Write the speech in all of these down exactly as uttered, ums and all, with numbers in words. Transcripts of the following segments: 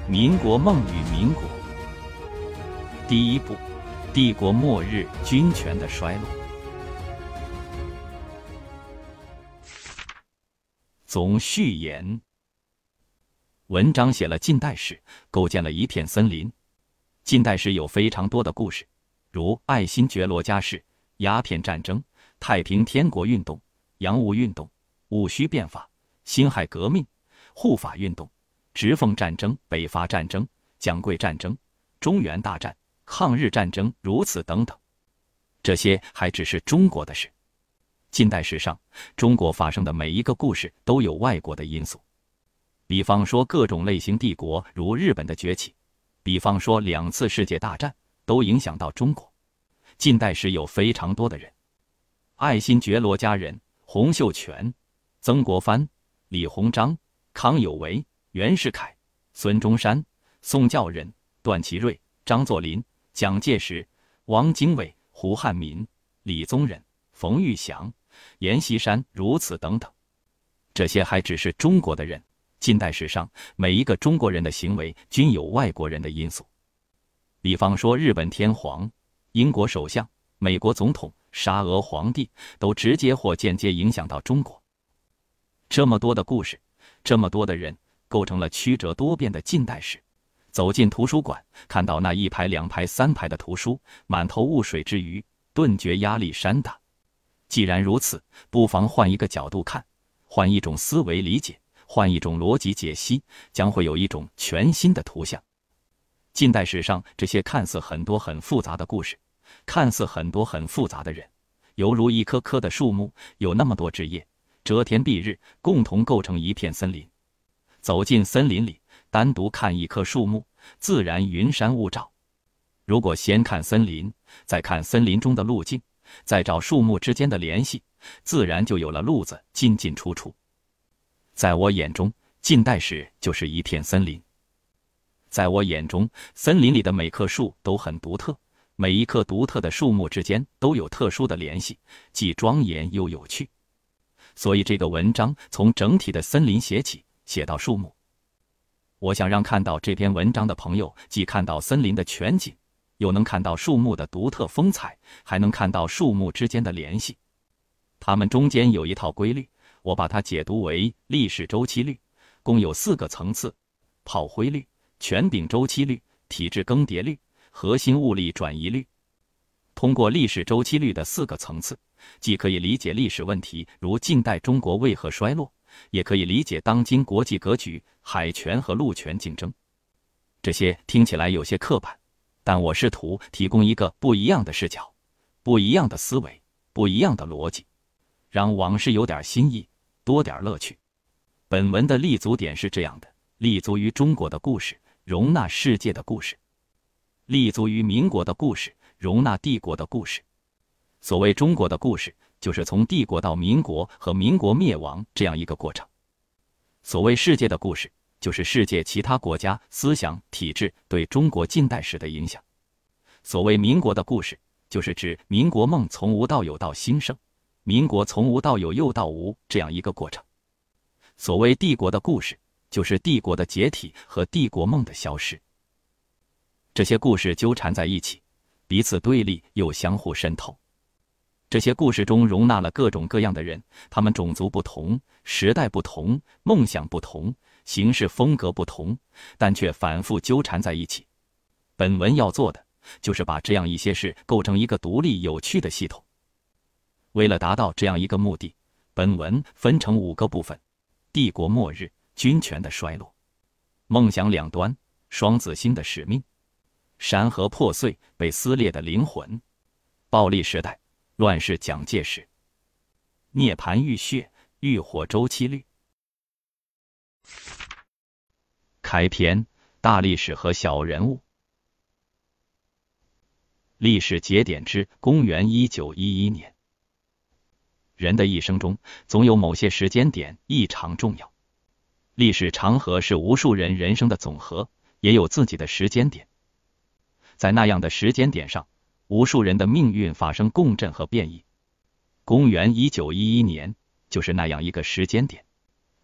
民国梦与民国。第一部，帝国末日，军权的衰落。总序言。文章写了近代史，构建了一片森林。近代史有非常多的故事，如爱新觉罗家事、鸦片战争、太平天国运动、洋务运动、戊戌变法、辛亥革命、护法运动、直奉战争、北伐战争、蒋桂战争、中原大战、抗日战争，如此等等。这些还只是中国的事。近代史上，中国发生的每一个故事都有外国的因素。比方说各种类型帝国，如日本的崛起；比方说两次世界大战，都影响到中国。近代史有非常多的人：爱新觉罗家人、洪秀全、曾国藩、李鸿章、康有为、袁世凯、孙中山、宋教仁、段祺瑞、张作霖、蒋介石、汪精卫、胡汉民、李宗仁、冯玉祥、阎锡山，如此等等。这些还只是中国的人。近代史上，每一个中国人的行为均有外国人的因素。比方说日本天皇、英国首相、美国总统、沙俄皇帝，都直接或间接影响到中国。这么多的故事，这么多的人，构成了曲折多变的近代史。走进图书馆，看到那一排两排三排的图书，满头雾水之余，顿觉压力山大。既然如此，不妨换一个角度看，换一种思维理解，换一种逻辑解析，将会有一种全新的图像。近代史上这些看似很多很复杂的故事，看似很多很复杂的人，犹如一棵棵的树木，有那么多枝叶，遮天蔽日，共同构成一片森林。走进森林里，单独看一棵树木，自然云山雾罩。如果先看森林，再看森林中的路径，再找树木之间的联系，自然就有了路子进进出出。在我眼中，近代史就是一片森林。在我眼中，森林里的每棵树都很独特，每一棵独特的树木之间都有特殊的联系，既庄严又有趣。所以这个文章从整体的森林写起，写到树木。我想让看到这篇文章的朋友，既看到森林的全景，又能看到树木的独特风采，还能看到树木之间的联系。它们中间有一套规律，我把它解读为历史周期律，共有四个层次：炮灰律、权柄周期律、体制更迭律、核心物力转移律。通过历史周期律的四个层次，既可以理解历史问题，如近代中国为何衰落，也可以理解当今国际格局、海权和陆权竞争。这些听起来有些刻板，但我试图提供一个不一样的视角，不一样的思维，不一样的逻辑，让往事有点新意，多点乐趣。本文的立足点是这样的：立足于中国的故事，容纳世界的故事；立足于民国的故事，容纳帝国的故事。所谓中国的故事，就是从帝国到民国和民国灭亡这样一个过程。所谓世界的故事，就是世界其他国家思想体制对中国近代史的影响。所谓民国的故事，就是指民国梦从无到有到兴盛，民国从无到有又到无这样一个过程。所谓帝国的故事，就是帝国的解体和帝国梦的消失。这些故事纠缠在一起，彼此对立又相互渗透。这些故事中容纳了各种各样的人，他们种族不同，时代不同，梦想不同，行事风格不同，但却反复纠缠在一起。本文要做的，就是把这样一些事构成一个独立有趣的系统。为了达到这样一个目的，本文分成五个部分：帝国末日，军权的衰落；梦想两端，双子星的使命；山河破碎，被撕裂的灵魂；暴力时代，乱世蒋介石；涅槃浴血，浴火周期律。开篇：大历史和小人物。历史节点之公元一九一一年。人的一生中，总有某些时间点异常重要。历史长河是无数人人生的总和，也有自己的时间点。在那样的时间点上，无数人的命运发生共振和变异。公元一九一一年就是那样一个时间点。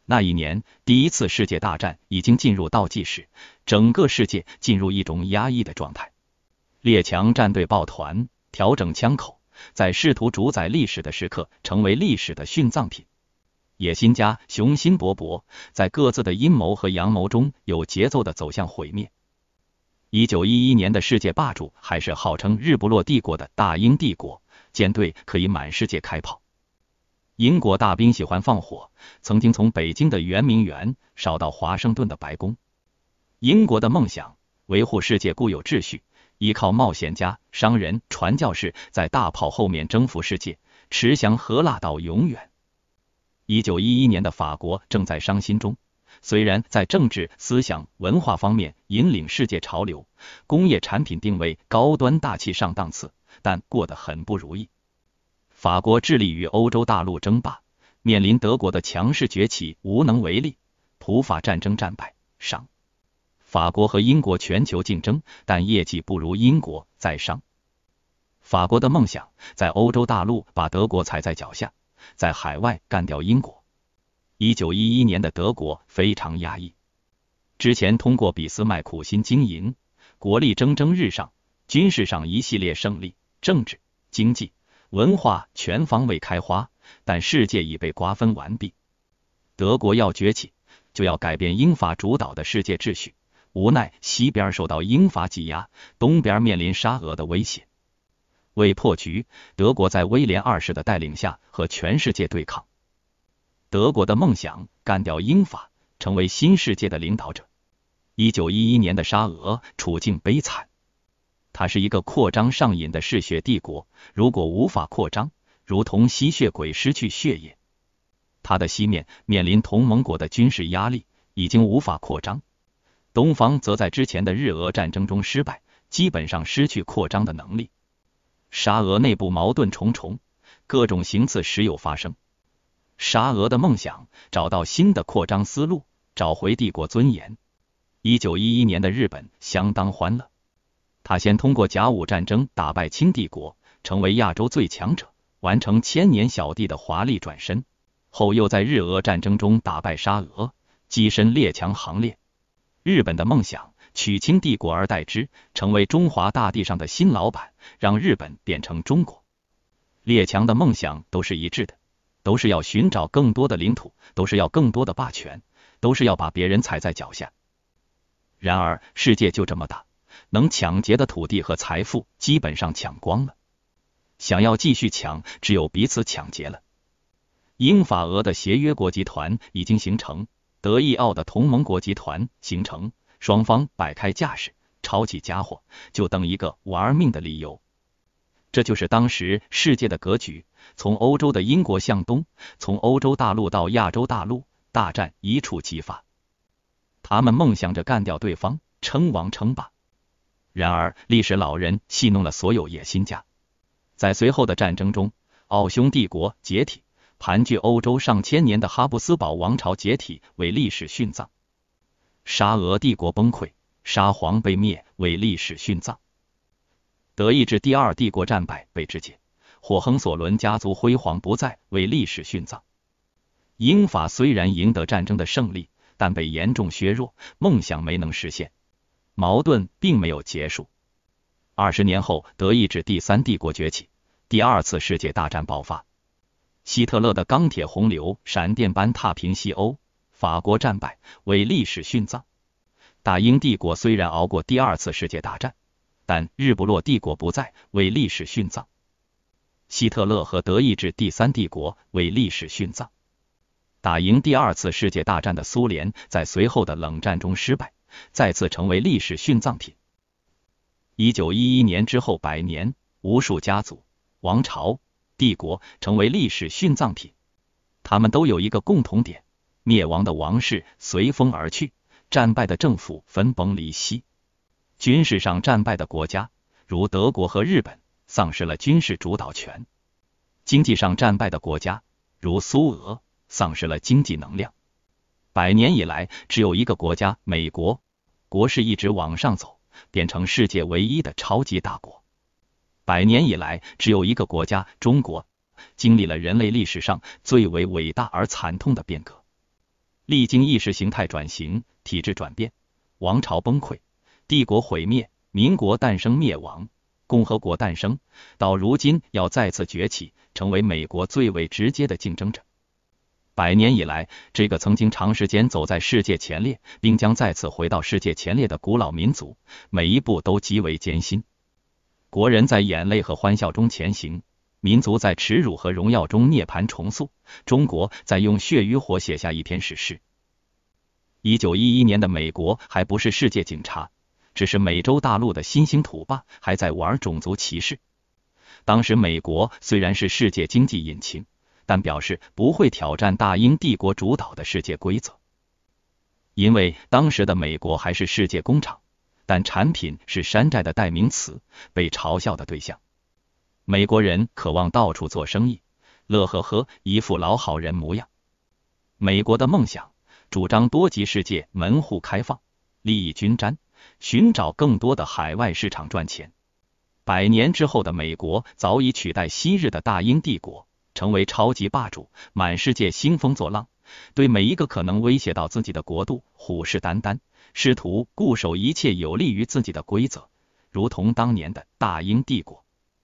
那一年，第一次世界大战已经进入倒计时，整个世界进入一种压抑的状态。列强战队抱团，调整枪口，在试图主宰历史的时刻，成为历史的殉葬品。野心家雄心勃勃，在各自的阴谋和阳谋中有节奏地走向毁灭。一九一一年的世界霸主还是号称日不落帝国的大英帝国，舰队可以满世界开炮。英国大兵喜欢放火，曾经从北京的圆明园烧到华盛顿的白宫。英国的梦想，维护世界固有秩序，依靠冒险家、商人、传教士在大炮后面征服世界，吃香喝辣到永远。一九一一年的法国正在伤心中，虽然在政治、思想、文化方面引领世界潮流，工业产品定位高端大气上档次，但过得很不如意。法国致力于欧洲大陆争霸，面临德国的强势崛起，无能为力。普法战争战败，伤。法国和英国全球竞争，但业绩不如英国，在伤。法国的梦想在欧洲大陆把德国踩在脚下，在海外干掉英国。一九一一年的德国非常压抑，之前通过俾斯麦苦心经营，国力蒸蒸日上，军事上一系列胜利，政治、经济、文化全方位开花，但世界已被瓜分完毕。德国要崛起，就要改变英法主导的世界秩序，无奈西边受到英法挤压，东边面临沙俄的威胁。为破局，德国在威廉二世的带领下和全世界对抗。德国的梦想干掉英法，成为新世界的领导者。一九一一年的沙俄处境悲惨，它是一个扩张上瘾的嗜血帝国，如果无法扩张，如同吸血鬼失去血液。它的西面面临同盟国的军事压力，已经无法扩张。东方则在之前的日俄战争中失败，基本上失去扩张的能力。沙俄内部矛盾重重，各种行刺时有发生。沙俄的梦想，找到新的扩张思路，找回帝国尊严。一九一一年的日本相当欢乐，他先通过甲午战争打败清帝国，成为亚洲最强者，完成千年小弟的华丽转身，后又在日俄战争中打败沙俄，跻身列强行列。日本的梦想，取清帝国而代之，成为中华大地上的新老板，让日本变成中国。列强的梦想都是一致的，都是要寻找更多的领土，都是要更多的霸权，都是要把别人踩在脚下。然而世界就这么大，能抢劫的土地和财富基本上抢光了，想要继续抢，只有彼此抢劫了。英法俄的协约国集团已经形成，德意奥的同盟国集团形成，双方摆开架势，抄起家伙，就等一个玩命的理由。这就是当时世界的格局，从欧洲的英国向东，从欧洲大陆到亚洲大陆，大战一触即发。他们梦想着干掉对方，称王称霸。然而历史老人戏弄了所有野心家。在随后的战争中，奥匈帝国解体，盘踞欧洲上千年的哈布斯堡王朝解体，为历史殉葬。沙俄帝国崩溃，沙皇被灭，为历史殉葬。德意志第二帝国战败被肢解，霍亨索伦家族辉煌不再，为历史殉葬。英法虽然赢得战争的胜利，但被严重削弱，梦想没能实现，矛盾并没有结束。二十年后，德意志第三帝国崛起，第二次世界大战爆发。希特勒的钢铁洪流闪电般踏平西欧，法国战败，为历史殉葬。大英帝国虽然熬过第二次世界大战，但日不落帝国不在，为历史殉葬。希特勒和德意志第三帝国为历史殉葬。打赢第二次世界大战的苏联在随后的冷战中失败，再次成为历史殉葬品。一九一一年之后百年，无数家族、王朝、帝国成为历史殉葬品。他们都有一个共同点，灭亡的王室随风而去，战败的政府分崩离析。军事上战败的国家，如德国和日本，丧失了军事主导权；经济上战败的国家，如苏俄，丧失了经济能量。百年以来，只有一个国家，美国，国势一直往上走，变成世界唯一的超级大国。百年以来，只有一个国家，中国，经历了人类历史上最为伟大而惨痛的变革。 历经意识形态转型、体制转变、王朝崩溃、帝国毁灭、民国诞生灭亡、共和国诞生，到如今要再次崛起，成为美国最为直接的竞争者。百年以来，这个曾经长时间走在世界前列，并将再次回到世界前列的古老民族，每一步都极为艰辛。国人在眼泪和欢笑中前行，民族在耻辱和荣耀中涅槃重塑，中国在用血与火写下一篇史诗。一九一一年的美国还不是世界警察，只是美洲大陆的新兴土霸，还在玩种族歧视。当时美国虽然是世界经济引擎，但表示不会挑战大英帝国主导的世界规则，因为当时的美国还是世界工厂，但产品是山寨的代名词，被嘲笑的对象。美国人渴望到处做生意，乐呵呵，一副老好人模样。美国的梦想主张多极世界，门户开放，利益均沾，寻找更多的海外市场赚钱。百年之后的美国早已取代昔日的大英帝国，成为超级霸主，满世界兴风作浪，对每一个可能威胁到自己的国度虎视眈眈，试图固守一切有利于自己的规则，如同当年的大英帝国。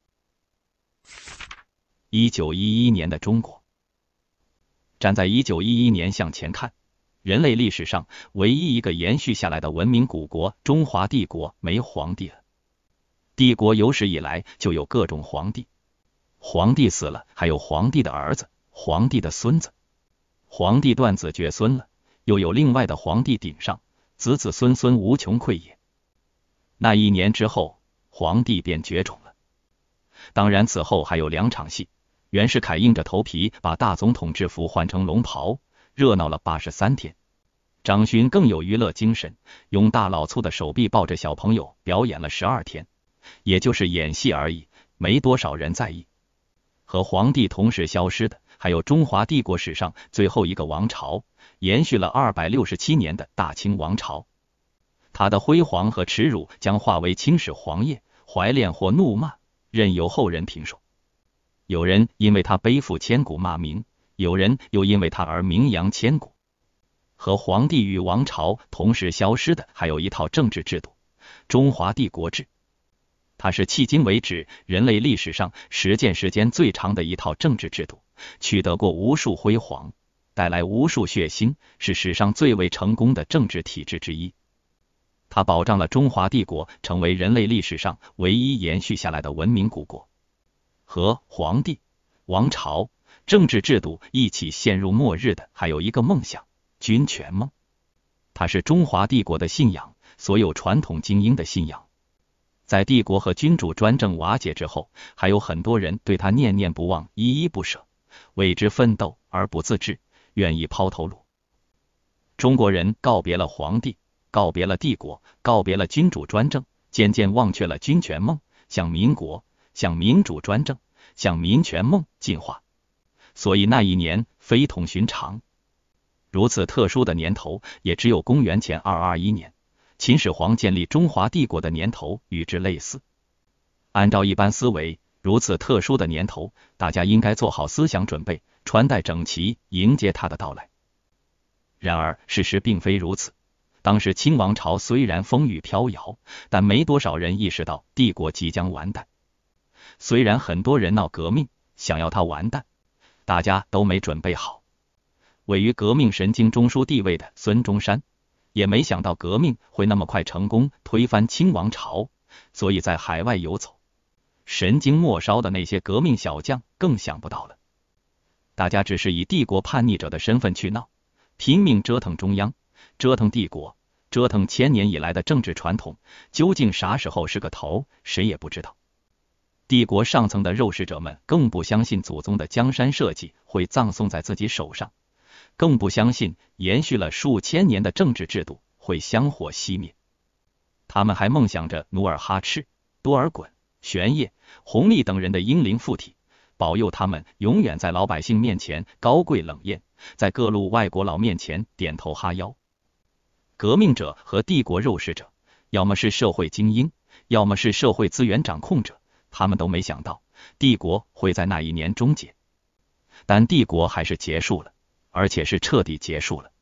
一九一一年的中国，站在一九一一年向前看，人类历史上唯一一个延续下来的文明古国中华帝国没皇帝了。帝国有史以来就有各种皇帝，皇帝死了，还有皇帝的儿子，皇帝的孙子，皇帝断子绝孙了，又有另外的皇帝顶上，子子孙孙无穷匮也。那一年之后，皇帝便绝种了。当然此后还有两场戏，袁世凯硬着头皮把大总统制服换成龙袍，热闹了八十三天。张勋更有娱乐精神，用大老粗的手臂抱着小朋友表演了十二天，也就是演戏而已，没多少人在意。和皇帝同时消失的，还有中华帝国史上最后一个王朝，延续了二百六十七年的大清王朝。它的辉煌和耻辱将化为青史黄页，怀恋或怒骂，任由后人评说。有人因为他背负千古骂名，有人又因为他而名扬千古。和皇帝与王朝同时消失的，还有一套政治制度——中华帝国制。它是迄今为止人类历史上实践时间最长的一套政治制度，取得过无数辉煌，带来无数血腥，是史上最为成功的政治体制之一。它保障了中华帝国成为人类历史上唯一延续下来的文明古国。和皇帝、王朝、政治制度一起陷入末日的，还有一个梦想——君权梦。它是中华帝国的信仰，所有传统精英的信仰。在帝国和君主专政瓦解之后，还有很多人对他念念不忘，依依不舍，为之奋斗而不自知，愿意抛头颅。中国人告别了皇帝，告别了帝国，告别了君主专政，渐渐忘却了君权梦，向民国、向民主专政、向民权梦进化。所以那一年非同寻常。如此特殊的年头，也只有公元前二二一年。秦始皇建立中华帝国的年头与之类似。按照一般思维，如此特殊的年头，大家应该做好思想准备，穿戴整齐，迎接他的到来。然而事实并非如此。当时清王朝虽然风雨飘摇，但没多少人意识到帝国即将完蛋。虽然很多人闹革命，想要它完蛋，大家都没准备好。位于革命神经中枢地位的孙中山也没想到革命会那么快成功推翻清王朝，所以在海外游走。神经末梢的那些革命小将更想不到了，大家只是以帝国叛逆者的身份去闹，拼命折腾中央，折腾帝国，折腾千年以来的政治传统，究竟啥时候是个头，谁也不知道。帝国上层的肉食者们更不相信祖宗的江山社稷会葬送在自己手上，更不相信延续了数千年的政治制度会香火熄灭。他们还梦想着努尔哈赤、多尔衮、玄烨、弘历等人的英灵附体，保佑他们永远在老百姓面前高贵冷艳，在各路外国佬面前点头哈腰。革命者和帝国肉食者，要么是社会精英，要么是社会资源掌控者，他们都没想到帝国会在那一年终结。但帝国还是结束了，而且是彻底结束了。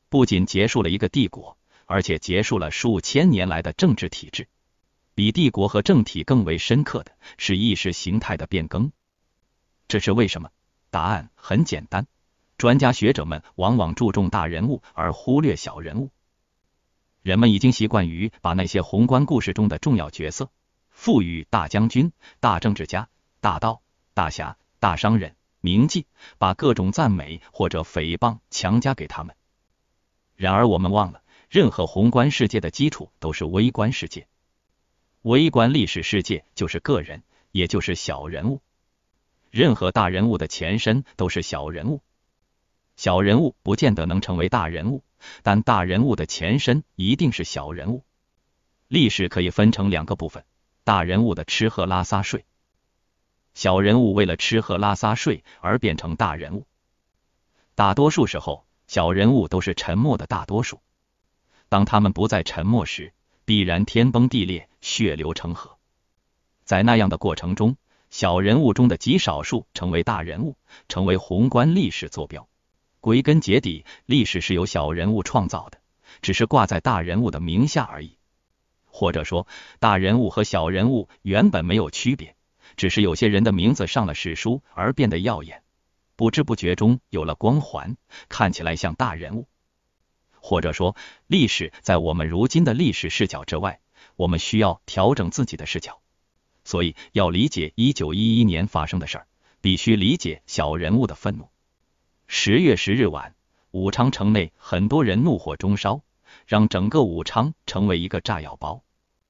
不仅结束了一个帝国，而且结束了数千年来的政治体制。比帝国和政体更为深刻的是意识形态的变更。这是为什么？答案很简单，专家学者们往往注重大人物而忽略小人物。人们已经习惯于把那些宏观故事中的重要角色赋予大将军、大政治家、大盗、大侠、大商人、名妓，把各种赞美或者诽谤强加给他们。然而我们忘了，任何宏观世界的基础都是微观世界。微观历史世界就是个人，也就是小人物。任何大人物的前身都是小人物。小人物不见得能成为大人物，但大人物的前身一定是小人物。历史可以分成两个部分，大人物的吃喝拉撒睡，小人物为了吃喝拉撒睡而变成大人物。大多数时候，小人物都是沉默的大多数。当他们不再沉默时，必然天崩地裂，血流成河。在那样的过程中，小人物中的极少数成为大人物，成为宏观历史坐标。归根结底，历史是由小人物创造的，只是挂在大人物的名下而已。或者说，大人物和小人物原本没有区别，只是有些人的名字上了史书而变得耀眼，不知不觉中有了光环，看起来像大人物。或者说，历史在我们如今的历史视角之外，我们需要调整自己的视角。所以，要理解一九一一年发生的事儿，必须理解小人物的愤怒。十月十日晚，武昌城内很多人怒火中烧，让整个武昌成为一个炸药包。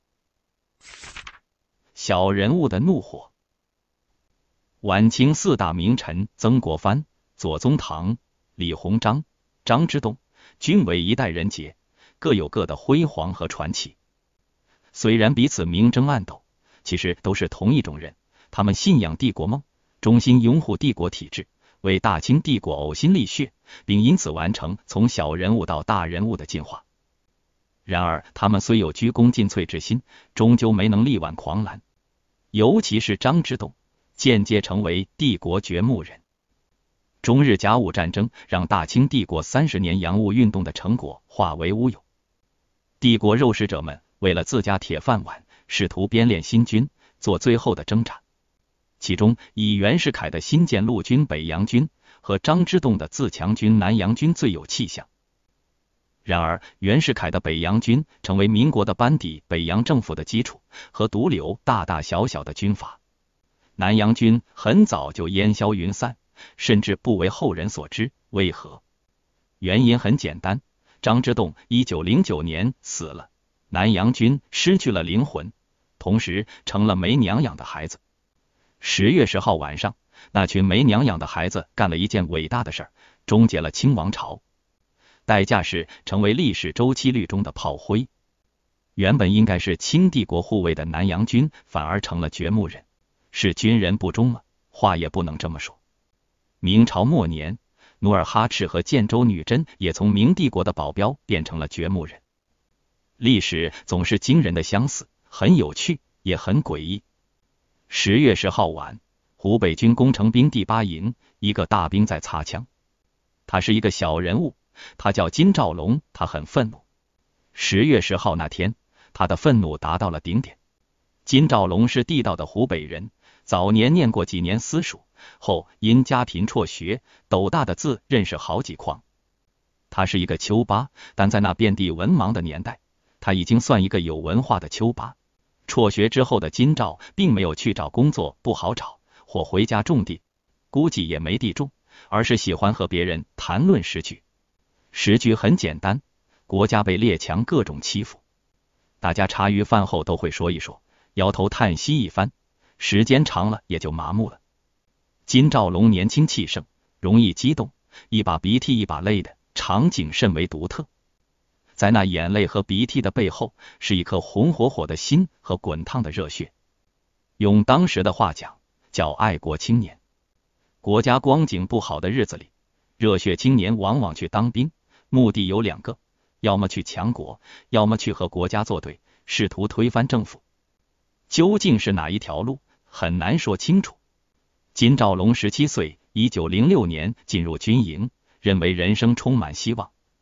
小人物的怒火。晚清四大名臣曾国藩、左宗棠、李鸿章、张之洞均为一代人杰，各有各的辉煌和传奇。虽然彼此明争暗斗，其实都是同一种人，他们信仰帝国梦，衷心拥护帝国体制，为大清帝国呕心沥血，并因此完成从小人物到大人物的进化。然而他们虽有鞠躬尽瘁之心，终究没能力挽狂澜。尤其是张之洞，间接成为帝国掘墓人。中日甲午战争让大清帝国三十年洋务运动的成果化为乌有。帝国肉食者们为了自家铁饭碗，试图编练新军，做最后的挣扎。其中以袁世凯的新建陆军北洋军和张之洞的自强军南洋军最有气象。然而袁世凯的北洋军成为民国的班底北洋政府的基础和毒瘤大大小小的军阀。南洋军很早就烟消云散，甚至不为后人所知。为何？原因很简单，张之洞一九零九年死了，南洋军失去了灵魂，同时成了没娘养的孩子。十月十号晚上，那群没娘养的孩子干了一件伟大的事儿，终结了清王朝。代价是成为历史周期率中的炮灰。原本应该是清帝国护卫的南洋军，反而成了掘墓人。是军人不忠吗？话也不能这么说。明朝末年，努尔哈赤和建州女真也从明帝国的保镖变成了掘墓人。历史总是惊人的相似，很有趣，也很诡异。十月十号晚，湖北军工程兵第八营一个大兵在擦枪。他是一个小人物，他叫金兆龙，他很愤怒。十月十号那天，他的愤怒达到了顶点。金兆龙是地道的湖北人，早年念过几年私塾，后因家贫辍学，斗大的字认识好几筐。他是一个丘巴，但在那遍地文盲的年代，他已经算一个有文化的丘巴。辍学之后的金兆并没有去找工作不好找，或回家种地，估计也没地种，而是喜欢和别人谈论时局。时局很简单，国家被列强各种欺负，大家茶余饭后都会说一说，摇头叹息一番，时间长了也就麻木了。金兆龙年轻气盛，容易激动，一把鼻涕一把泪的场景甚为独特。在那眼泪和鼻涕的背后，是一颗红火火的心和滚烫的热血。用当时的话讲，叫爱国青年。国家光景不好的日子里，热血青年往往去当兵，目的有两个，要么去强国，要么去和国家作对，试图推翻政府。究竟是哪一条路，很难说清楚。金兆龙十七岁，一九零六年进入军营，认为人生充满希望，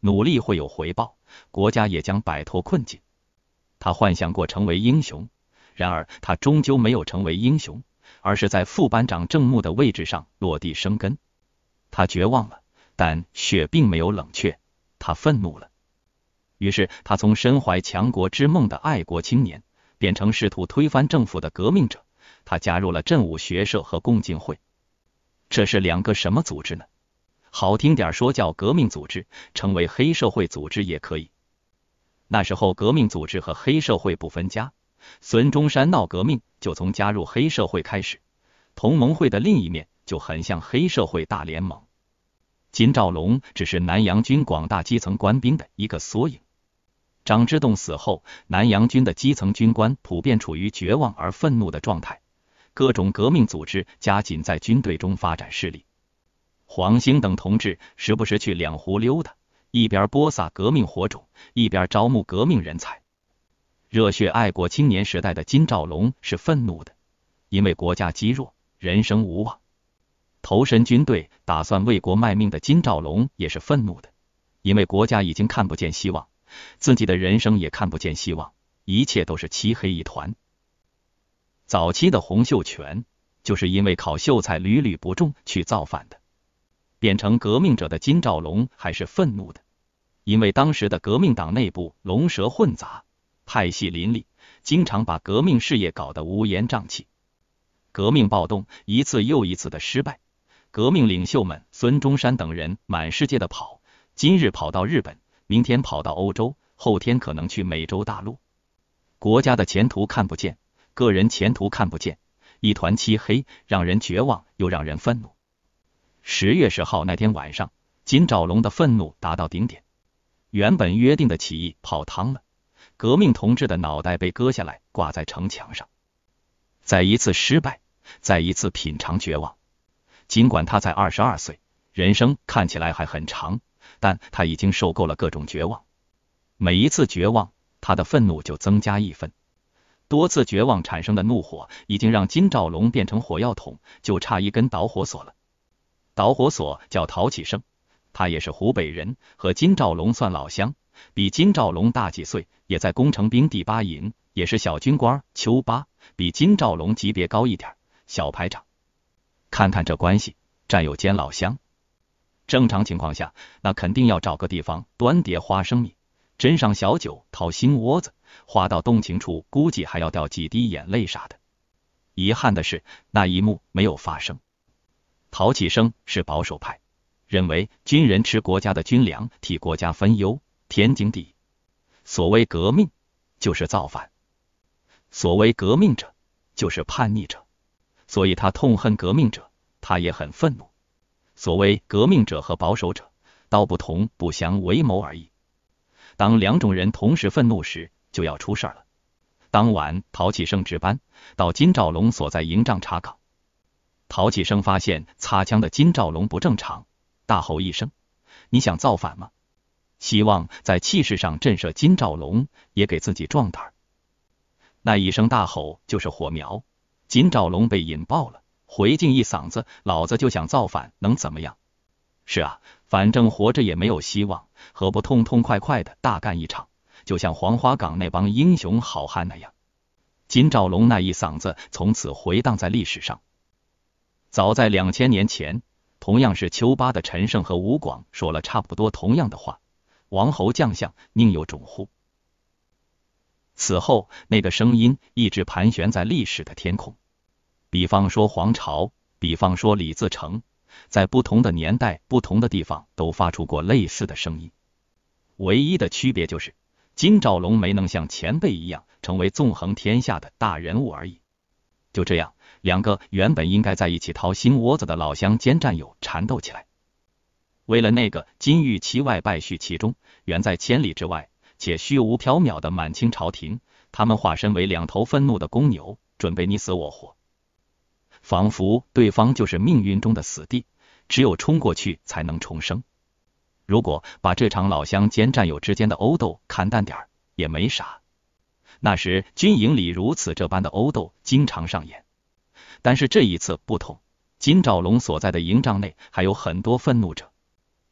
努力会有回报，国家也将摆脱困境。他幻想过成为英雄，然而他终究没有成为英雄，而是在副班长郑木的位置上落地生根。他绝望了，但血并没有冷却，他愤怒了。于是他从身怀强国之梦的爱国青年，变成试图推翻政府的革命者。他加入了振武学社和共进会。这是两个什么组织呢？好听点说叫革命组织，成为黑社会组织也可以。那时候革命组织和黑社会不分家，孙中山闹革命就从加入黑社会开始，同盟会的另一面就很像黑社会大联盟。金兆龙只是南洋军广大基层官兵的一个缩影。张之洞死后，南洋军的基层军官普遍处于绝望而愤怒的状态，各种革命组织加紧在军队中发展势力。黄兴等同志时不时去两湖溜达，一边播撒革命火种，一边招募革命人才。热血爱国青年时代的金兆龙是愤怒的，因为国家积弱，人生无望。投身军队打算为国卖命的金兆龙也是愤怒的，因为国家已经看不见希望，自己的人生也看不见希望，一切都是漆黑一团。早期的洪秀全就是因为考秀才屡屡不中去造反的。变成革命者的金兆龙还是愤怒的，因为当时的革命党内部龙蛇混杂，派系林立，经常把革命事业搞得乌烟瘴气。革命暴动一次又一次的失败，革命领袖们孙中山等人满世界的跑，今日跑到日本，明天跑到欧洲，后天可能去美洲大陆。国家的前途看不见，个人前途看不见，一团漆黑，让人绝望又让人愤怒。十月十号那天晚上，金兆龙的愤怒达到顶点。原本约定的起义泡汤了，革命同志的脑袋被割下来挂在城墙上。再一次失败，再一次品尝绝望。尽管他才二十二岁，人生看起来还很长，但他已经受够了各种绝望。每一次绝望，他的愤怒就增加一分。多次绝望产生的怒火已经让金兆龙变成火药桶，就差一根导火索了。导火索叫陶启盛，他也是湖北人，和金兆龙算老乡，比金兆龙大几岁，也在工程兵第八营，也是小军官。邱八比金兆龙级别高一点，小排长。看看这关系，战友兼老乡。正常情况下，那肯定要找个地方端碟花生米，斟上小酒，掏心窝子，话到动情处，估计还要掉几滴眼泪啥的。遗憾的是，那一幕没有发生。陶启盛是保守派，认为军人吃国家的军粮，替国家分忧，天经地义。所谓革命，就是造反；所谓革命者，就是叛逆者。所以他痛恨革命者，他也很愤怒。所谓革命者和保守者，道不同不相为谋而已。当两种人同时愤怒时，就要出事了。当晚，陶启盛值班，到金兆龙所在营帐查岗。陶启盛发现擦枪的金兆龙不正常，大吼一声：“你想造反吗？”希望在气势上震慑金兆龙，也给自己壮胆。那一声大吼就是火苗，金兆龙被引爆了，回敬一嗓子：“老子就想造反，能怎么样？是啊，反正活着也没有希望，何不痛痛快快的大干一场，就像黄花岗那帮英雄好汉那样。”金兆龙那一嗓子从此回荡在历史上。早在两千年前，同样是丘八的陈胜和吴广说了差不多同样的话：“王侯将相，宁有种乎？”此后，那个声音一直盘旋在历史的天空。比方说黄巢，比方说李自成，在不同的年代、不同的地方都发出过类似的声音。唯一的区别就是，金兆龙没能像前辈一样成为纵横天下的大人物而已。就这样，两个原本应该在一起掏心窝子的老乡兼战友缠斗起来。为了那个金玉其外败絮其中，远在千里之外且虚无缥缈的满清朝廷，他们化身为两头愤怒的公牛，准备你死我活。仿佛对方就是命运中的死地，只有冲过去才能重生。如果把这场老乡兼战友之间的殴斗看淡点儿，也没啥。那时军营里如此这般的殴斗经常上演，但是这一次不同，金兆龙所在的营帐内还有很多愤怒者。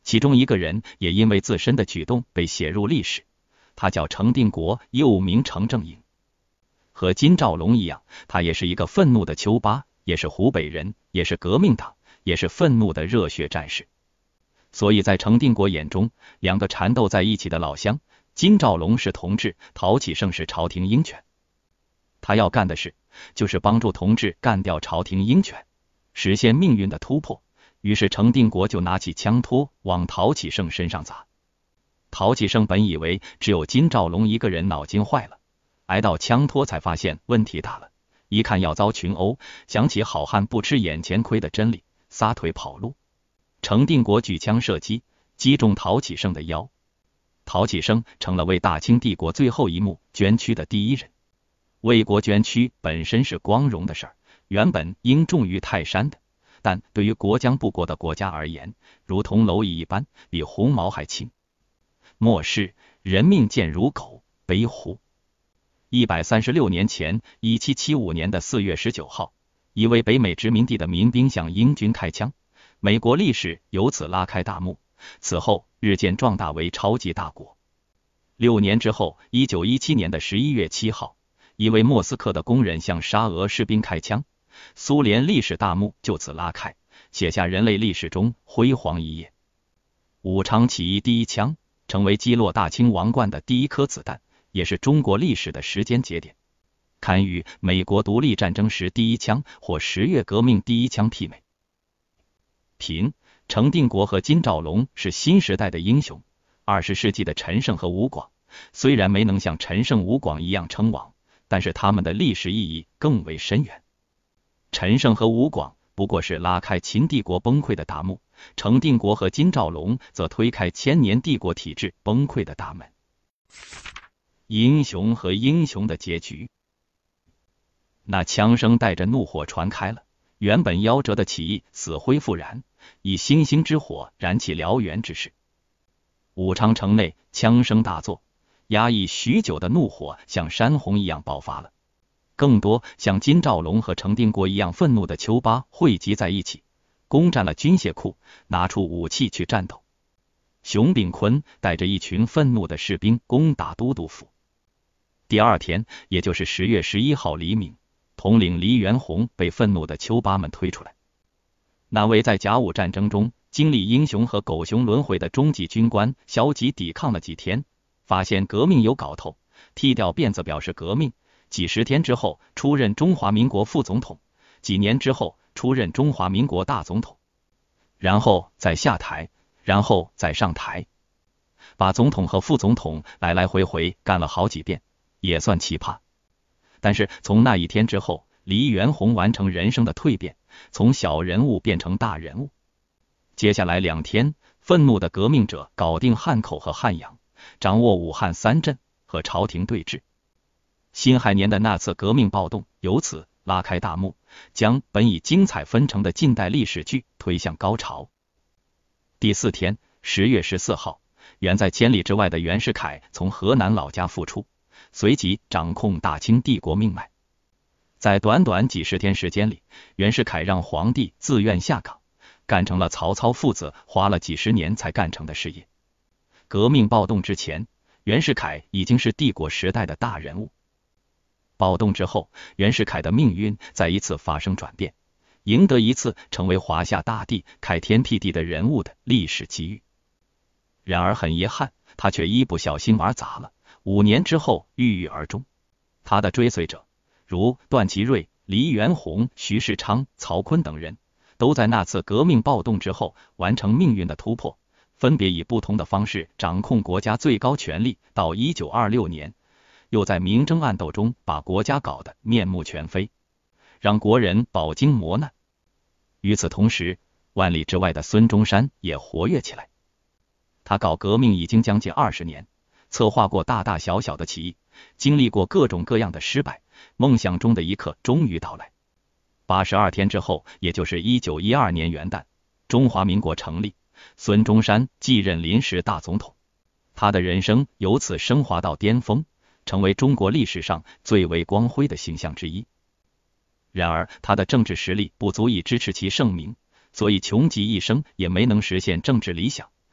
其中一个人也因为自身的举动被写入历史，他叫程定国，又名程正营。和金兆龙一样，他也是一个愤怒的丘巴，也是湖北人，也是革命党，也是愤怒的热血战士。所以在程定国眼中，两个缠斗在一起的老乡，金兆龙是同志，陶启盛是朝廷鹰犬。他要干的事，就是帮助同志干掉朝廷鹰犬，实现命运的突破。于是程定国就拿起枪托往陶启盛身上砸。陶启盛本以为只有金兆龙一个人脑筋坏了，挨到枪托才发现问题大了，一看要遭群殴，想起好汉不吃眼前亏的真理，撒腿跑路。程定国举枪射击，击中陶启盛的腰。陶启盛成了为大清帝国最后一幕捐躯的第一人。为国捐躯本身是光荣的事儿，原本应重于泰山的，但对于国将不国的国家而言，如同蝼蚁一般，比鸿毛还轻。末世人命贱如狗，悲乎！一百三十六年前，一七七五年的四月十九号，一位北美殖民地的民兵向英军开枪，美国历史由此拉开大幕，此后日渐壮大为超级大国。六年之后，一九一七年的十一月七号，一位莫斯科的工人向沙俄士兵开枪，苏联历史大幕就此拉开，写下人类历史中辉煌一页。武昌起义第一枪，成为击落大清王冠的第一颗子弹，也是中国历史的时间节点，堪与美国独立战争时第一枪或十月革命第一枪媲美。评程定国和金兆龙是新时代的英雄，二十世纪的陈胜和吴广，虽然没能像陈胜吴广一样称王，但是他们的历史意义更为深远。陈胜和吴广不过是拉开秦帝国崩溃的大幕，程定国和金兆龙则推开千年帝国体制崩溃的大门。英雄和英雄的结局。那枪声带着怒火传开了，原本夭折的起义死灰复燃，以星星之火燃起燎原之势。武昌城内枪声大作，压抑许久的怒火像山洪一样爆发了。更多像金兆龙和程定国一样愤怒的丘巴汇集在一起，攻占了军械库，拿出武器去战斗。熊秉坤带着一群愤怒的士兵攻打都督府。第二天，也就是十月十一号黎明，统领黎元洪被愤怒的丘巴们推出来。那位在甲午战争中经历英雄和狗熊轮回的中级军官，消极抵抗了几天，发现革命有搞头，剃掉辫子表示革命。几十天之后，出任中华民国副总统；几年之后，出任中华民国大总统，然后再下台，然后再上台，把总统和副总统来来回回干了好几遍，也算奇葩。但是从那一天之后，黎元洪完成人生的蜕变，从小人物变成大人物。接下来两天，愤怒的革命者搞定汉口和汉阳，掌握武汉三镇，和朝廷对峙。辛亥年的那次革命暴动由此拉开大幕，将本已精彩纷呈的近代历史剧推向高潮。第四天，十月十四号，远在千里之外的袁世凯从河南老家复出，随即掌控大清帝国命脉。在短短几十天时间里，袁世凯让皇帝自愿下岗，干成了曹操父子花了几十年才干成的事业。革命暴动之前，袁世凯已经是帝国时代的大人物。暴动之后，袁世凯的命运再一次发生转变，赢得一次成为华夏大地开天辟地的人物的历史机遇。然而很遗憾，他却一不小心玩砸了，五年之后郁郁而终。他的追随者如段祺瑞、黎元洪、徐世昌、曹锟等人，都在那次革命暴动之后完成命运的突破，分别以不同的方式掌控国家最高权力。到一九二六年，又在明争暗斗中把国家搞得面目全非，让国人饱经磨难。与此同时，万里之外的孙中山也活跃起来。他搞革命已经将近二十年，策划过大大小小的起义，经历过各种各样的失败，梦想中的一刻终于到来。八十二天之后，也就是一九一二年元旦，中华民国成立，孙中山继任临时大总统，他的人生由此升华到巅峰，成为中国历史上最为光辉的形象之一。然而他的政治实力不足以支持其盛名，所以穷极一生也没能实现政治理想，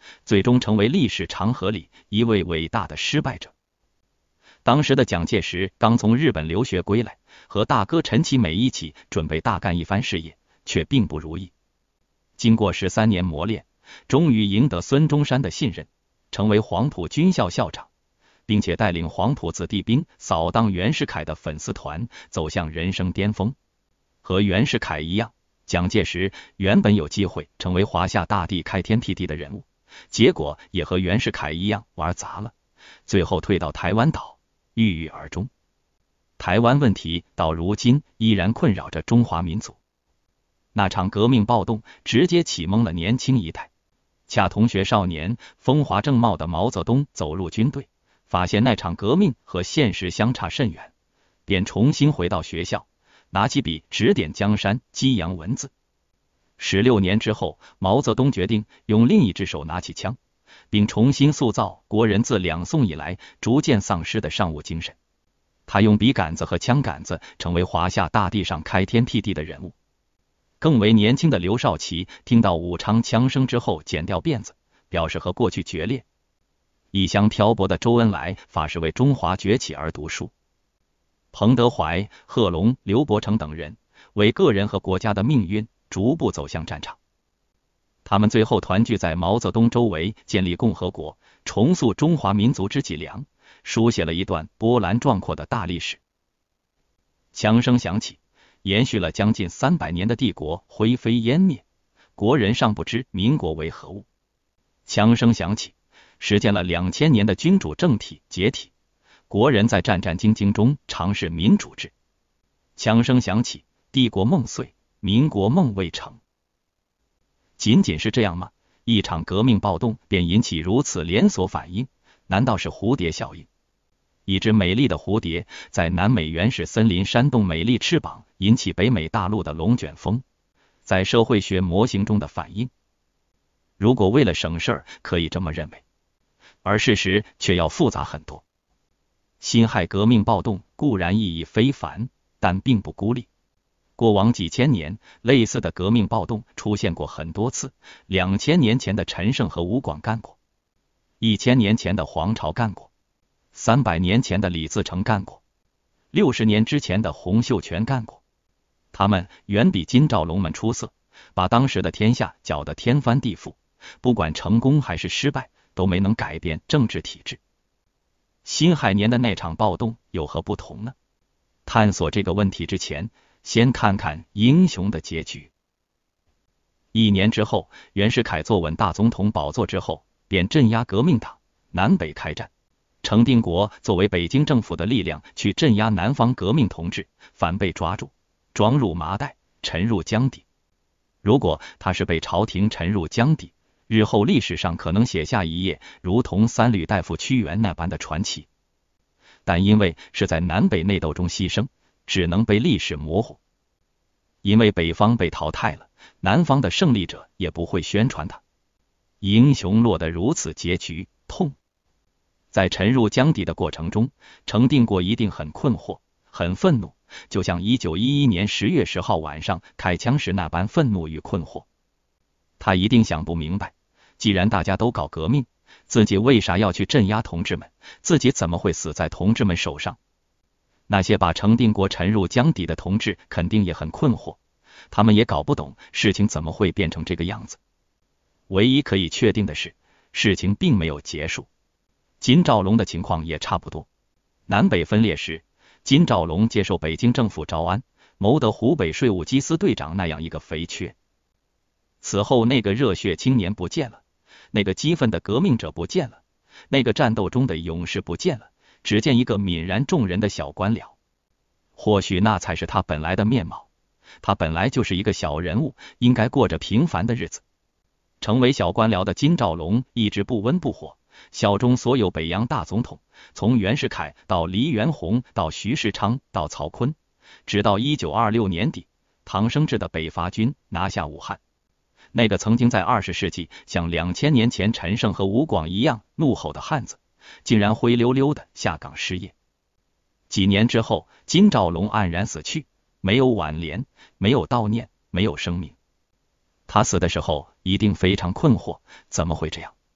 最终成为历史长河里一位伟大的失败者。当时的蒋介石刚从日本留学归来，和大哥陈其美一起准备大干一番事业，却并不如意。经过十三年磨练，终于赢得孙中山的信任，成为黄埔军校校长，并且带领黄埔子弟兵扫荡袁世凯的粉丝团，走向人生巅峰。和袁世凯一样，蒋介石原本有机会成为华夏大地开天辟地的人物，结果也和袁世凯一样玩砸了，最后退到台湾岛，郁郁而终。台湾问题到如今依然困扰着中华民族。那场革命暴动直接启蒙了年轻一代。恰同学少年、风华正茂的毛泽东走入军队，发现那场革命和现实相差甚远，便重新回到学校，拿起笔指点江山，激扬文字。十六年之后，毛泽东决定用另一只手拿起枪，并重新塑造国人自两宋以来逐渐丧失的尚武精神。他用笔杆子和枪杆子成为华夏大地上开天辟地的人物。更为年轻的刘少奇听到武昌枪声之后剪掉辫子，表示和过去决裂。异乡漂泊的周恩来发誓为中华崛起而读书。彭德怀、贺龙、刘伯承等人为个人和国家的命运逐步走向战场。他们最后团聚在毛泽东周围，建立共和国，重塑中华民族之脊梁，书写了一段波澜壮阔的大历史。枪声响起，延续了将近三百年的帝国灰飞烟灭，国人尚不知民国为何物。枪声响起，实践了两千年的君主政体解体，国人在战战兢兢中尝试民主制。枪声响起，帝国梦碎，民国梦未成。仅仅是这样吗？一场革命暴动便引起如此连锁反应，难道是蝴蝶效应？一只美丽的蝴蝶在南美原始森林扇动美丽翅膀，引起北美大陆的龙卷风，在社会学模型中的反应。如果为了省事儿，可以这么认为，而事实却要复杂很多。辛亥革命暴动固然意义非凡，但并不孤立。过往几千年，类似的革命暴动出现过很多次。两千年前的陈胜和吴广干过，一千年前的黄巢干过，三百年前的李自成干过，六十年之前的洪秀全干过。他们远比金兆龙们出色，把当时的天下搅得天翻地覆，不管成功还是失败，都没能改变政治体制。辛亥年的那场暴动有何不同呢？探索这个问题之前，先看看英雄的结局。一年之后，袁世凯坐稳大总统宝座之后，便镇压革命党，南北开战。程定国作为北京政府的力量去镇压南方革命同志，反被抓住，装入麻袋，沉入江底。如果他是被朝廷沉入江底，日后历史上可能写下一页如同三闾大夫屈原那般的传奇。但因为是在南北内斗中牺牲，只能被历史模糊。因为北方被淘汰了，南方的胜利者也不会宣传他。英雄落得如此结局，痛。在沉入江底的过程中，程定国一定很困惑，很愤怒，就像一九一一年十月十号晚上开枪时那般愤怒与困惑。他一定想不明白，既然大家都搞革命，自己为啥要去镇压同志们？自己怎么会死在同志们手上？那些把程定国沉入江底的同志肯定也很困惑，他们也搞不懂事情怎么会变成这个样子。唯一可以确定的是，事情并没有结束。金兆龙的情况也差不多。南北分裂时，金兆龙接受北京政府招安，谋得湖北税务机司队长那样一个肥缺。此后那个热血青年不见了，那个激愤的革命者不见了，那个战斗中的勇士不见了，只见一个泯然众人的小官僚。或许那才是他本来的面貌，他本来就是一个小人物，应该过着平凡的日子。成为小官僚的金兆龙一直不温不火，效忠所有北洋大总统，从袁世凯到黎元洪到徐世昌到曹锟，直到一九二六年底，唐生智的北伐军拿下武汉。那个曾经在二十世纪像两千年前陈胜和吴广一样怒吼的汉子，竟然灰溜溜的下岗失业。几年之后，金兆龙黯然死去，没有挽联，没有悼念，没有声明。他死的时候一定非常困惑，怎么会这样？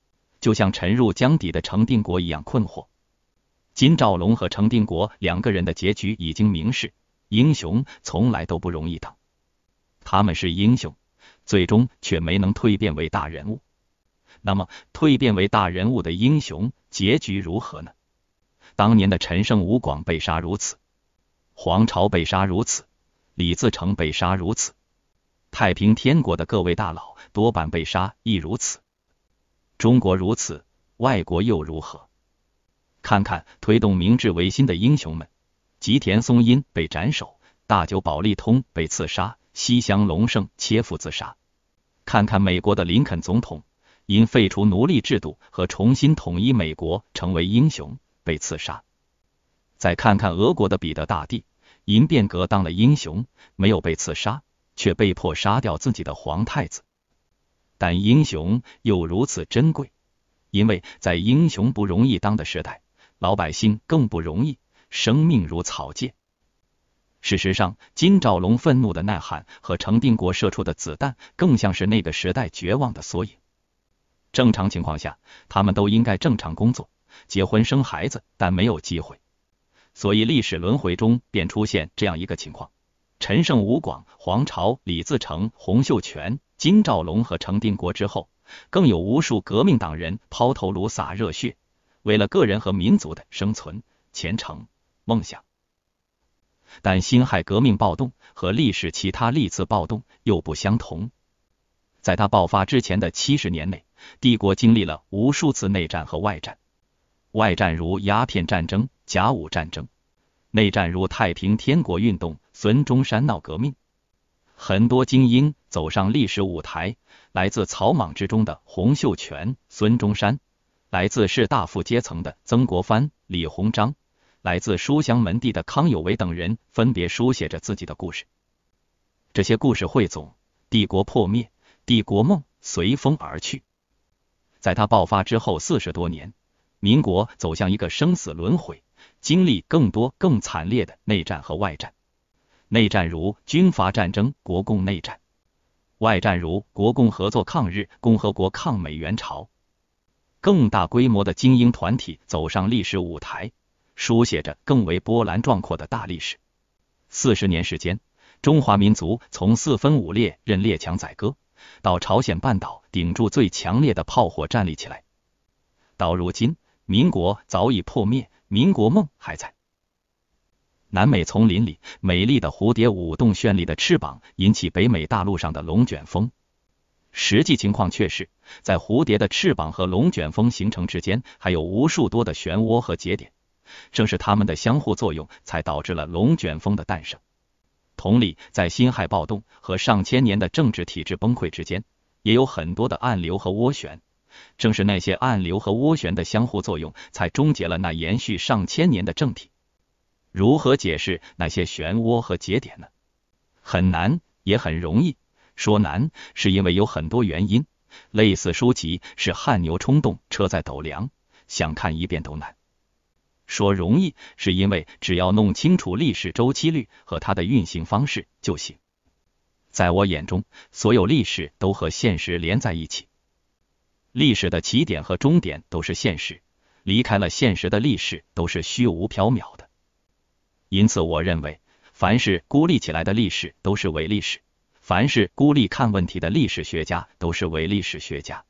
就像沉入江底的程定国一样困惑。金兆龙和程定国两个人的结局已经明示，英雄从来都不容易当。他们是英雄，最终却没能蜕变为大人物。那么，蜕变为大人物的英雄结局如何呢？当年的陈胜吴广被杀如此，黄巢被杀如此，李自成被杀如此，太平天国的各位大佬多半被杀亦如此。中国如此，外国又如何？看看推动明治维新的英雄们，吉田松阴被斩首，大久保利通被刺杀，西乡隆盛切腹自杀。看看美国的林肯总统，因废除奴隶制度和重新统一美国成为英雄，被刺杀。再看看俄国的彼得大帝，因变革当了英雄，没有被刺杀，却被迫杀掉自己的皇太子。但英雄又如此珍贵，因为在英雄不容易当的时代，老百姓更不容易，生命如草芥。事实上，金兆龙愤怒的呐喊和程定国射出的子弹，更像是那个时代绝望的缩影。正常情况下，他们都应该正常工作，结婚生孩子，但没有机会。所以历史轮回中便出现这样一个情况：陈胜吴广、黄巢、李自成、洪秀全、金兆龙和程定国之后，更有无数革命党人抛头颅洒热血，为了个人和民族的生存、前程、梦想。但辛亥革命暴动和历史其他历次暴动又不相同。在它爆发之前的七十年内，帝国经历了无数次内战和外战。外战如鸦片战争、甲午战争；内战如太平天国运动、孙中山闹革命。很多精英走上历史舞台，来自草莽之中的洪秀全、孙中山，来自士大夫阶层的曾国藩、李鸿章，来自书香门第的康有为等人，分别书写着自己的故事。这些故事汇总，帝国破灭，帝国梦随风而去。在它爆发之后四十多年，民国走向一个生死轮回，经历更多更惨烈的内战和外战。内战如军阀战争、国共内战；外战如国共合作抗日、共和国抗美援朝。更大规模的精英团体走上历史舞台，书写着更为波澜壮阔的大历史。四十年时间，中华民族从四分五裂任列强宰割，到朝鲜半岛顶住最强烈的炮火站立起来。到如今，民国早已破灭，民国梦还在。南美丛林里，美丽的蝴蝶舞动绚丽的翅膀，引起北美大陆上的龙卷风。实际情况却是，在蝴蝶的翅膀和龙卷风形成之间，还有无数多的漩涡和节点，正是它们的相互作用，才导致了龙卷风的诞生。同理，在辛亥暴动和上千年的政治体制崩溃之间，也有很多的暗流和涡旋，正是那些暗流和涡旋的相互作用，才终结了那延续上千年的政体。如何解释那些漩涡和节点呢？很难，也很容易。说难，是因为有很多原因，类似书籍是汗牛充栋，车载斗量，想看一遍都难。说容易，是因为只要弄清楚历史周期率和它的运行方式就行。在我眼中，所有历史都和现实连在一起。历史的起点和终点都是现实，离开了现实的历史都是虚无缥缈的。因此我认为，凡是孤立起来的历史都是伪历史，凡是孤立看问题的历史学家都是伪历史学家。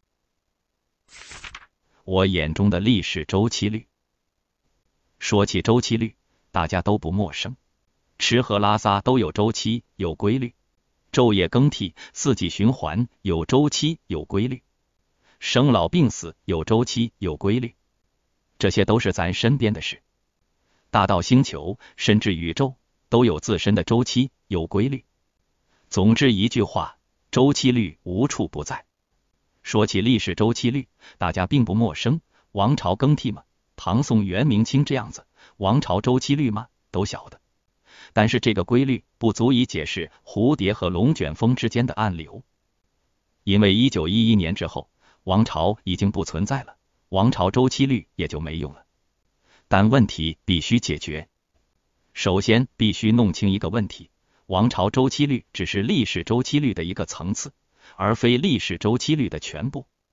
我眼中的历史周期率。说起周期率，大家都不陌生，吃喝拉撒都有周期，有规律；昼夜更替，四季循环，有周期，有规律；生老病死有周期，有规律。这些都是咱身边的事。大到星球，甚至宇宙，都有自身的周期，有规律。总之一句话，周期律无处不在。说起历史周期律，大家并不陌生，王朝更替吗？唐宋元明清这样子，王朝周期律吗？都晓得。但是这个规律不足以解释蝴蝶和龙卷风之间的暗流，因为一九一一年之后，王朝已经不存在了，王朝周期律也就没用了。但问题必须解决。首先必须弄清一个问题，王朝周期律只是历史周期律的一个层次，而非历史周期律的全部。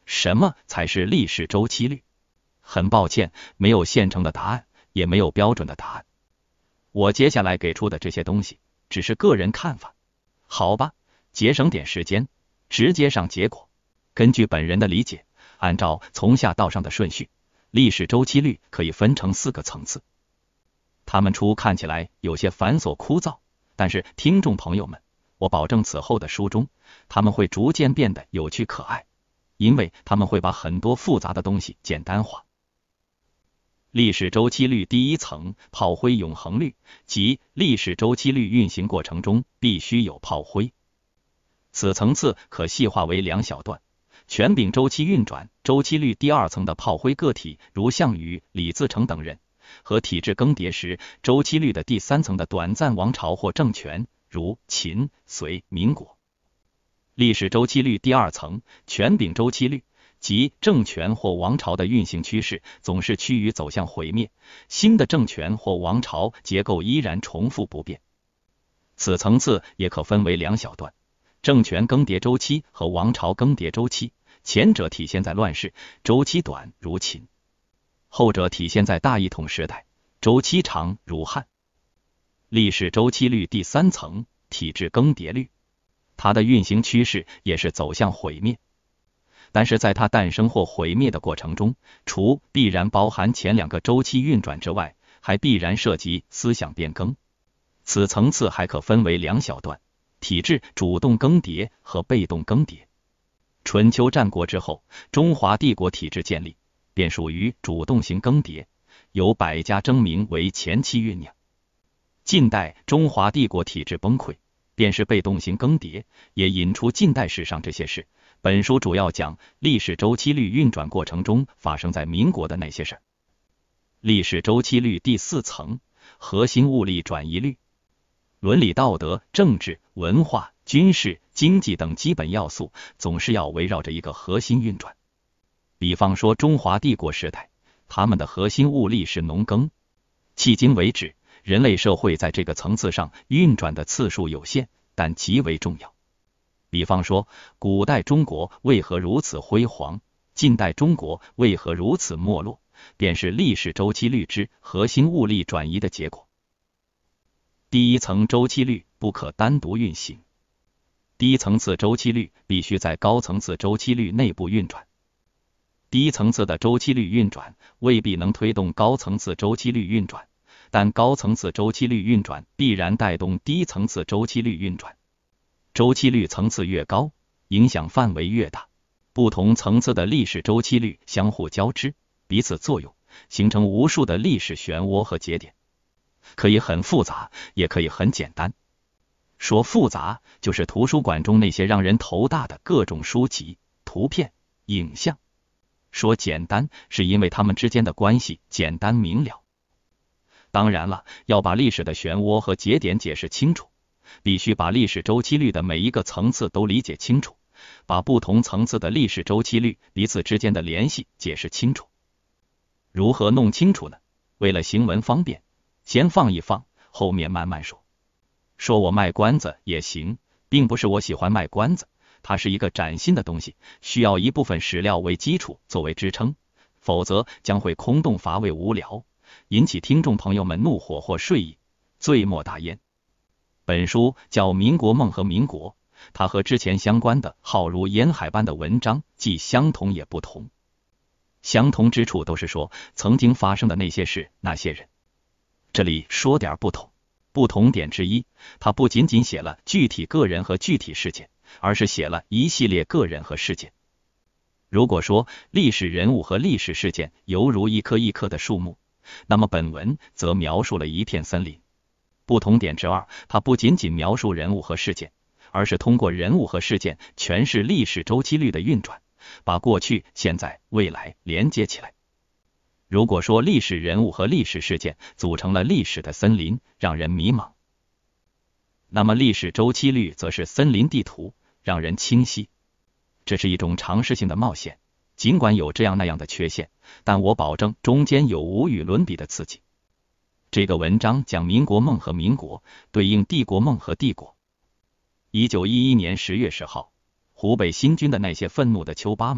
什么才是历史周期率？很抱歉，没有现成的答案，也没有标准的答案。我接下来给出的这些东西，只是个人看法，好吧？节省点时间，直接上结果。根据本人的理解，按照从下到上的顺序，历史周期率可以分成四个层次。它们初看起来有些繁琐枯燥，但是听众朋友们，我保证此后的书中，他们会逐渐变得有趣可爱，因为他们会把很多复杂的东西简单化。历史周期率第一层，炮灰永恒率，即历史周期率运行过程中必须有炮灰。此层次可细化为两小段。全柄周期运转周期率第二层的炮灰个体，如项羽、李自成等人，和体制更迭时周期率的第三层的短暂王朝或政权，如秦、隋、民国。历史周期率第二层，全柄周期率，即政权或王朝的运行趋势总是趋于走向毁灭，新的政权或王朝结构依然重复不变。此层次也可分为两小段。政权更迭周期和王朝更迭周期，前者体现在乱世，周期短如秦；后者体现在大一统时代，周期长如汉。历史周期率第三层，体制更迭率，它的运行趋势也是走向毁灭，但是在它诞生或毁灭的过程中，除必然包含前两个周期运转之外，还必然涉及思想变更。此层次还可分为两小段。体制主动更迭和被动更迭。春秋战国之后，中华帝国体制建立，便属于主动型更迭，由百家争鸣为前期酝酿。近代中华帝国体制崩溃，便是被动型更迭，也引出近代史上这些事。本书主要讲历史周期率运转过程中发生在民国的那些事。历史周期率第四层，核心物力转移率。伦理道德、政治、文化、军事、经济等基本要素总是要围绕着一个核心运转。比方说中华帝国时代，他们的核心物力是农耕。迄今为止，人类社会在这个层次上运转的次数有限，但极为重要。比方说，古代中国为何如此辉煌，近代中国为何如此没落，便是历史周期率之核心物力转移的结果。第一层周期率不可单独运行，低层次周期率必须在高层次周期率内部运转。低层次的周期率运转未必能推动高层次周期率运转，但高层次周期率运转必然带动低层次周期率运转。周期率层次越高，影响范围越大，不同层次的历史周期率相互交织，彼此作用，形成无数的历史漩涡和节点。可以很复杂，也可以很简单。说复杂，就是图书馆中那些让人头大的各种书籍、图片、影像；说简单，是因为它们之间的关系简单明了。当然了，要把历史的漩涡和节点解释清楚，必须把历史周期率的每一个层次都理解清楚，把不同层次的历史周期率彼此之间的联系解释清楚。如何弄清楚呢？为了行文方便，先放一放，后面慢慢说。说我卖关子也行，并不是我喜欢卖关子，它是一个崭新的东西，需要一部分史料为基础作为支撑，否则将会空洞乏味无聊，引起听众朋友们怒火或睡意，罪莫大焉。本书叫《民国梦和民国》，它和之前相关的浩如烟海般的文章既相同也不同。相同之处都是说曾经发生的那些事、那些人。这里说点不同，不同点之一，他不仅仅写了具体个人和具体事件，而是写了一系列个人和事件。如果说历史人物和历史事件犹如一棵一棵的树木，那么本文则描述了一片森林。不同点之二，它不仅仅描述人物和事件，而是通过人物和事件诠释历史周期率的运转，把过去、现在、未来连接起来。如果说历史人物和历史事件组成了历史的森林，让人迷茫，那么历史周期率则是森林地图，让人清晰。这是一种尝试性的冒险，尽管有这样那样的缺陷，但我保证中间有无与伦比的刺激。这个文章讲民国梦和民国，对应帝国梦和帝国。一九一一年十月十号，湖北新军的那些愤怒的丘巴们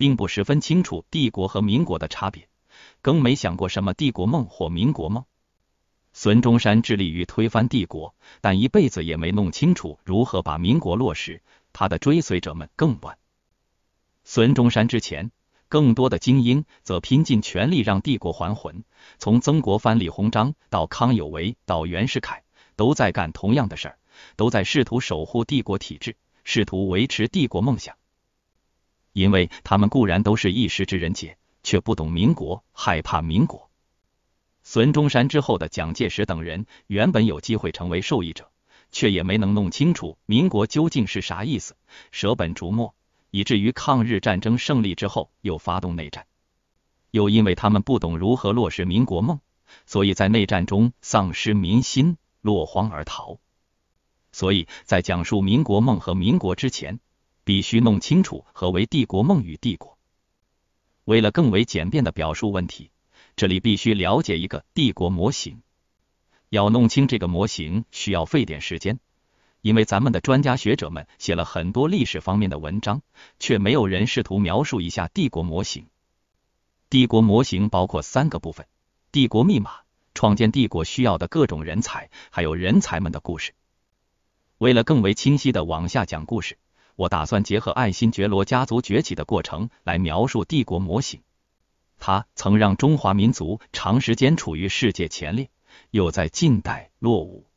并不十分清楚帝国和民国的差别，更没想过什么帝国梦或民国梦。孙中山致力于推翻帝国，但一辈子也没弄清楚如何把民国落实，他的追随者们更乱。孙中山之前，更多的精英则拼尽全力让帝国还魂，从曾国藩、李鸿章到康有为到袁世凯，都在干同样的事儿，都在试图守护帝国体制，试图维持帝国梦想。因为他们固然都是一时之人杰，却不懂民国，害怕民国。孙中山之后的蒋介石等人原本有机会成为受益者，却也没能弄清楚民国究竟是啥意思，舍本逐末，以至于抗日战争胜利之后又发动内战。又因为他们不懂如何落实民国梦，所以在内战中丧失民心，落荒而逃。所以在讲述民国梦和民国之前，必须弄清楚何为帝国梦与帝国。为了更为简便的表述问题，这里必须了解一个帝国模型。要弄清这个模型需要费点时间，因为咱们的专家学者们写了很多历史方面的文章，却没有人试图描述一下帝国模型。帝国模型包括三个部分：帝国密码、创建帝国需要的各种人才，还有人才们的故事。为了更为清晰的往下讲故事，我打算结合爱新觉罗家族崛起的过程来描述帝国模型。它曾让中华民族长时间处于世界前列，又在近代落伍。